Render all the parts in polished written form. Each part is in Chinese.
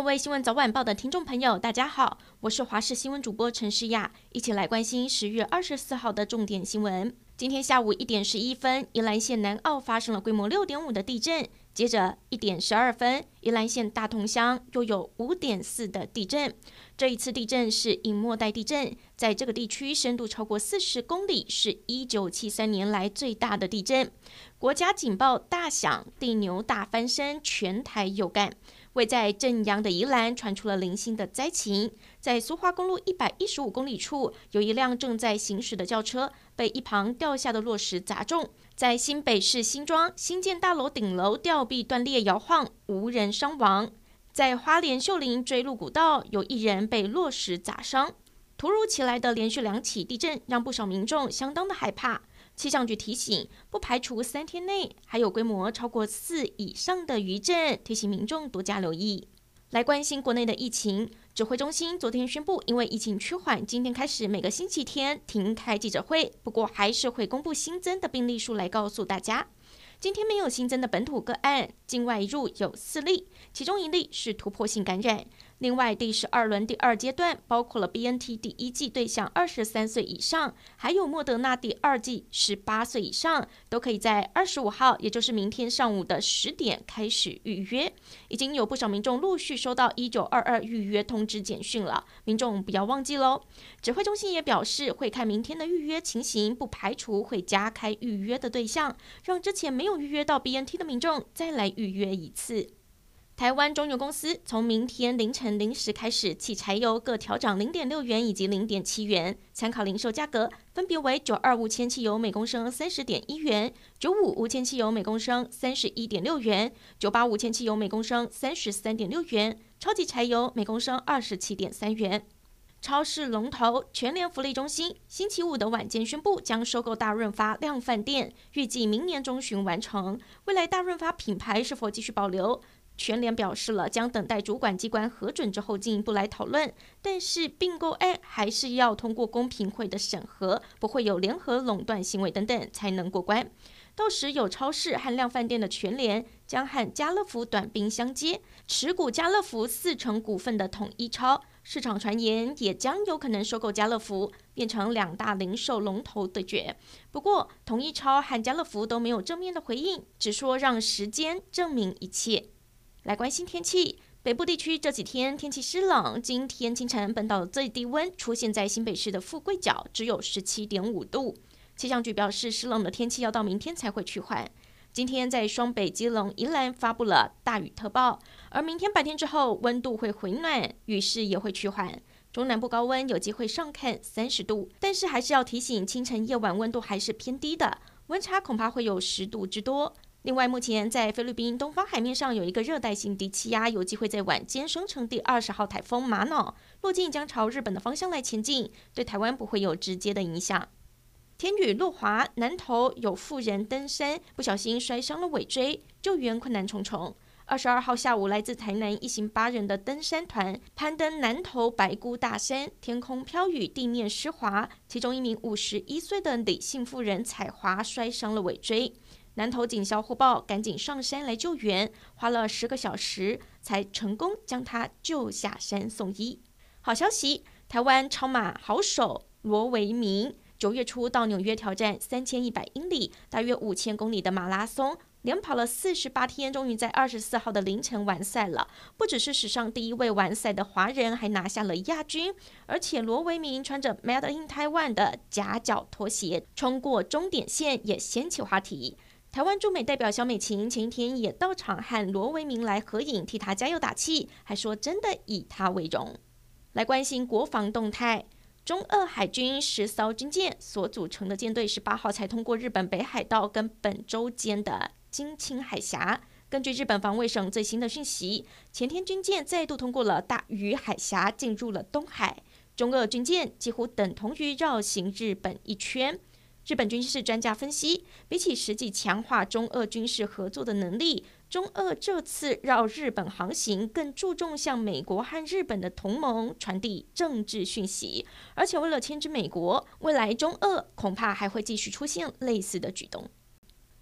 位新闻早晚报的听众朋友，大家好，我是华视新闻主播陈诗雅，一起来关心10月24号的重点新闻。今天下午1点11分，宜兰县南澳发生了规模6.5的地震，接着1点12分，宜兰县大同乡又有5.4的地震。这一次地震是隐没带地震，在这个地区深度超过40公里，是1973年来最大的地震。国家警报大响，地牛大翻身，全台有感。位在正阳的宜兰传出了零星的灾情，在苏花公路115公里处，有一辆正在行驶的轿车被一旁掉下的落石砸中。在新北市新庄新建大楼顶楼吊臂断裂摇晃，无人伤亡。在花莲秀林追鹿古道，有1人被落石砸伤。突如其来的连续2起地震，让不少民众相当的害怕。气象局提醒，不排除3天内还有规模超过4以上的余震，提醒民众多加留意。来关心国内的疫情，指挥中心昨天宣布，因为疫情趋缓，今天开始每个星期天停开记者会，不过还是会公布新增的病例数来告诉大家。今天没有新增的本土个案，境外入有4例，其中1例是突破性感染。另外，第12轮第2阶段包括了 BNT 第1剂对象23岁以上，还有莫德纳第2剂18岁以上，都可以在25号，也就是明天上午的10点开始预约。已经有不少民众陆续收到1922预约通知简讯了，民众不要忘记喽。指挥中心也表示，会看明天的预约情形，不排除会加开预约的对象，让之前没有预约到 BNT 的民众再来预约一次。台湾中油公司从明天凌晨0时开始，汽柴油各调涨0.6元以及0.7元，参考零售价格分别为925无铅汽油每公升30.1元，95无铅汽油每公升31.6元，98无铅汽油每公升33.6元，超级柴油每公升27.3元。超市龙头全联福利中心星期五的晚间宣布，将收购大润发量贩店，预计明年中旬完成。未来大润发品牌是否继续保留？全联表示了，将等待主管机关核准之后进一步来讨论，但是并购案还是要通过公平会的审核，不会有联合垄断行为等等才能过关。到时有超市和量贩店的全联将和家乐福短兵相接，持股家乐福40%股份的统一超，市场传言也将有可能收购家乐福，变成2大零售龙头对决。不过统一超和家乐福都没有正面的回应，只说让时间证明一切。来关心天气，北部地区这几天天气湿冷，今天清晨本岛的最低温出现在新北市的富贵角，只有17.5度。气象局表示，湿冷的天气要到明天才会趋缓。今天在双北、基隆、宜兰发布了大雨特报，而明天白天之后温度会回暖，雨势也会趋缓。中南部高温有机会上看30度，但是还是要提醒，清晨夜晚温度还是偏低的，温差恐怕会有10度之多。另外，目前在菲律宾东方海面上有一个热带性低气压，有机会在晚间生成第20号台风玛瑙，路径将朝日本的方向来前进，对台湾不会有直接的影响。天雨路滑，南投有妇人登山不小心摔伤了尾椎，救援困难重重。22号下午，来自台南一行8人的登山团攀登南投白姑大山，天空飘雨，地面湿滑，其中一名51岁的李姓妇人踩滑摔伤了尾椎。南投警消获报，赶紧上山来救援，花了10个小时才成功将他救下山送医。好消息，台湾超马好手罗维明9月初到纽约挑战3100英里，大约5000公里的马拉松，连跑了48天，终于在24号的凌晨完赛了。不只是史上第1位完赛的华人，还拿下了亚军。而且罗维明穿着 Made in Taiwan 的夹脚拖鞋冲过终点线，也掀起话题。台湾驻美代表萧美琴前一天也到场和罗维明来合影，替他加油打气，还说真的以他为荣。来关心国防动态，中俄海军10艘军舰所组成的舰队18号才通过日本北海道跟本州间的津轻海峡。根据日本防卫省最新的讯息，前天军舰再度通过了大隅海峡，进入了东海。中俄军舰几乎等同于绕行日本一圈。日本军事专家分析，比起实际强化中俄军事合作的能力，中俄这次绕日本航行更注重向美国和日本的同盟传递政治讯息，而且为了牵制美国，未来中俄恐怕还会继续出现类似的举动。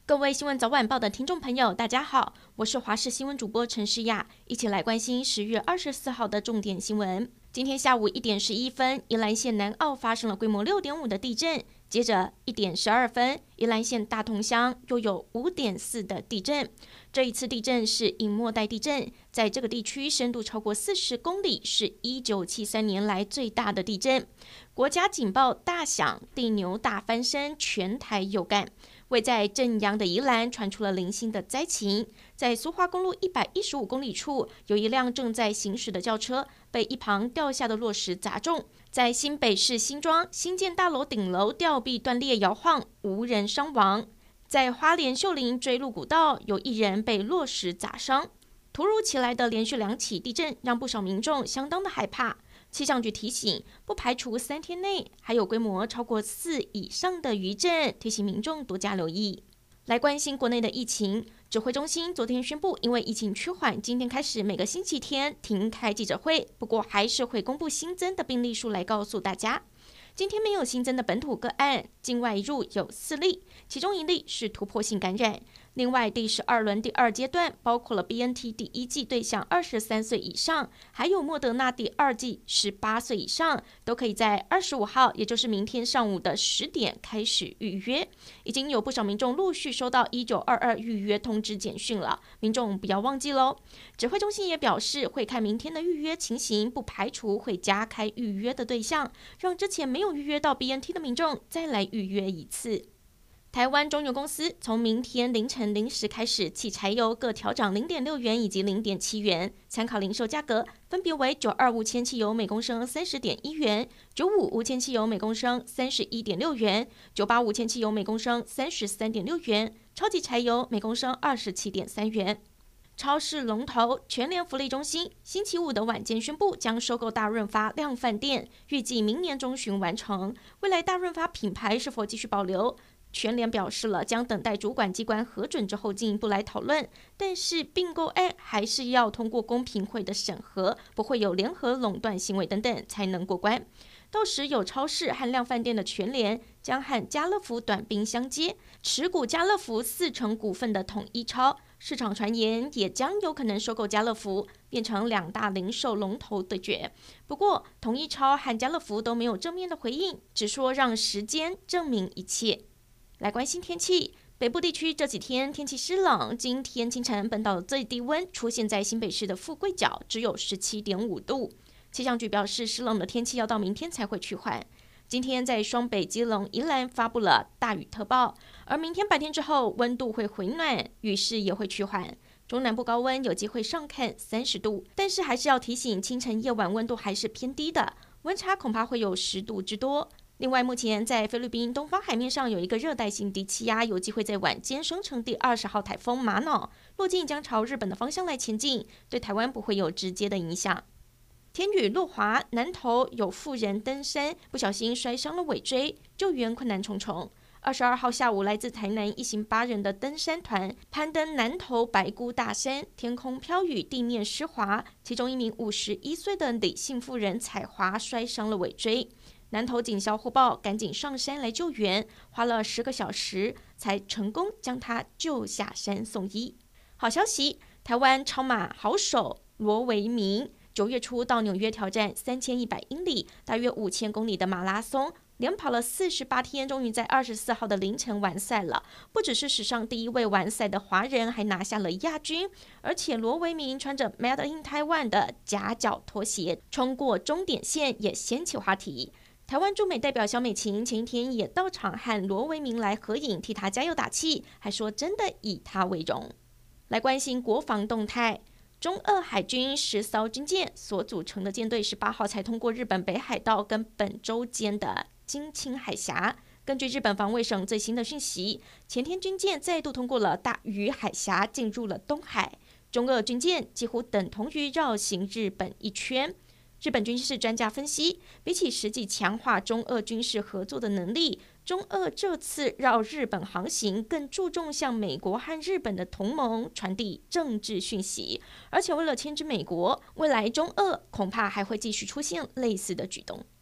各位新闻早晚报的听众朋友，大家好，我是华视新闻主播陈诗雅，一起来关心10月24号的重点新闻。今天下午1点11分，宜兰县南澳发生了规模6.5的地震，接着1点12分，宜兰县大同乡又有5.4的地震。这一次地震是隐没带地震，在这个地区深度超过40公里，是1973年来最大的地震。国家警报大响，地牛大翻身，全台有感。位在正阳的宜兰传出了零星的灾情，在苏花公路115公里处，有一辆正在行驶的轿车被一旁掉下的落石砸中。在新北市新庄新建大楼顶楼吊臂断裂摇晃，无人伤亡。在花莲秀林追鹿古道，有1人被落石砸伤。突如其来的连续2起地震，让不少民众相当的害怕。气象局提醒，不排除3天内还有规模超过4以上的余震，提醒民众多加留意。来关心国内的疫情，指挥中心昨天宣布，因为疫情趋缓，今天开始每个星期天停开记者会，不过还是会公布新增的病例数来告诉大家。今天没有新增的本土个案，境外入有4例，其中1例是突破性感染。另外，第12轮第2阶段包括了 BNT 第1剂对象23岁以上，还有莫德纳第2剂18岁以上，都可以在25号，也就是明天上午的10点开始预约。已经有不少民众陆续收到1922预约通知简讯了，民众不要忘记喽。指挥中心也表示，会看明天的预约情形，不排除会加开预约的对象，让之前没有预约到 BNT 的民众再来预约一次。台湾中油公司从明天凌晨0时开始，汽柴油各调涨0.6元以及0.7元，参考零售价格分别为925无铅汽油每公升30.1元，95无铅汽油每公升31.6元，98无铅汽油每公升33.6元，超级柴油每公升27.3元。超市龙头全联福利中心星期五的晚间宣布，将收购大润发量贩店，预计明年中旬完成。未来大润发品牌是否继续保留？全联表示了，将等待主管机关核准之后进一步来讨论，但是并购案还是要通过公平会的审核，不会有联合垄断行为等等才能过关。到时有超市和量贩店的全联将和家乐福短兵相接，持股家乐福40%股份的统一超，市场传言也将有可能收购家乐福，变成2大零售龙头对决。不过统一超和家乐福都没有正面的回应，只说让时间证明一切。来关心天气，北部地区这几天天气湿冷，今天清晨本岛的最低温出现在新北市的富贵角，只有17.5度。气象局表示，湿冷的天气要到明天才会趋缓。今天在双北、基隆、宜兰发布了大雨特报，而明天白天之后温度会回暖，雨势也会趋缓。中南部高温有机会上看30度，但是还是要提醒，清晨夜晚温度还是偏低的，温差恐怕会有10度之多。另外，目前在菲律宾东方海面上有一个热带性低气压，有机会在晚间生成第20号台风玛瑙，路径将朝日本的方向来前进，对台湾不会有直接的影响。天雨路滑，南投有妇人登山不小心摔伤了尾椎，救援困难重重。22号下午，来自台南一行8人的登山团攀登南投白姑大山，天空飘雨，地面湿滑，其中一名51岁的李姓妇人踩滑摔伤了尾椎。南投警消获报，赶紧上山来救援，花了10个小时才成功将他救下山送医。好消息，台湾超马好手罗维明9月初到纽约挑战3100英里，大约5000公里的马拉松，连跑了48天，终于在24号的凌晨完赛了。不只是史上第1位完赛的华人，还拿下了亚军。而且罗维明穿着 Made in Taiwan 的夹脚拖鞋冲过终点线，也掀起话题。台湾驻美代表萧美琴前一天也到场和罗维明来合影，替他加油打气，还说真的以他为荣。来关心国防动态，中俄海军10艘军舰所组成的舰队18号才通过日本北海道跟本州间的津轻海峡。根据日本防卫省最新的讯息，前天军舰再度通过了大隅海峡，进入了东海。中俄军舰几乎等同于绕行日本一圈。日本军事专家分析，比起实际强化中俄军事合作的能力，中俄这次绕日本航行更注重向美国和日本的同盟传递政治讯息，而且为了牵制美国，未来中俄恐怕还会继续出现类似的举动。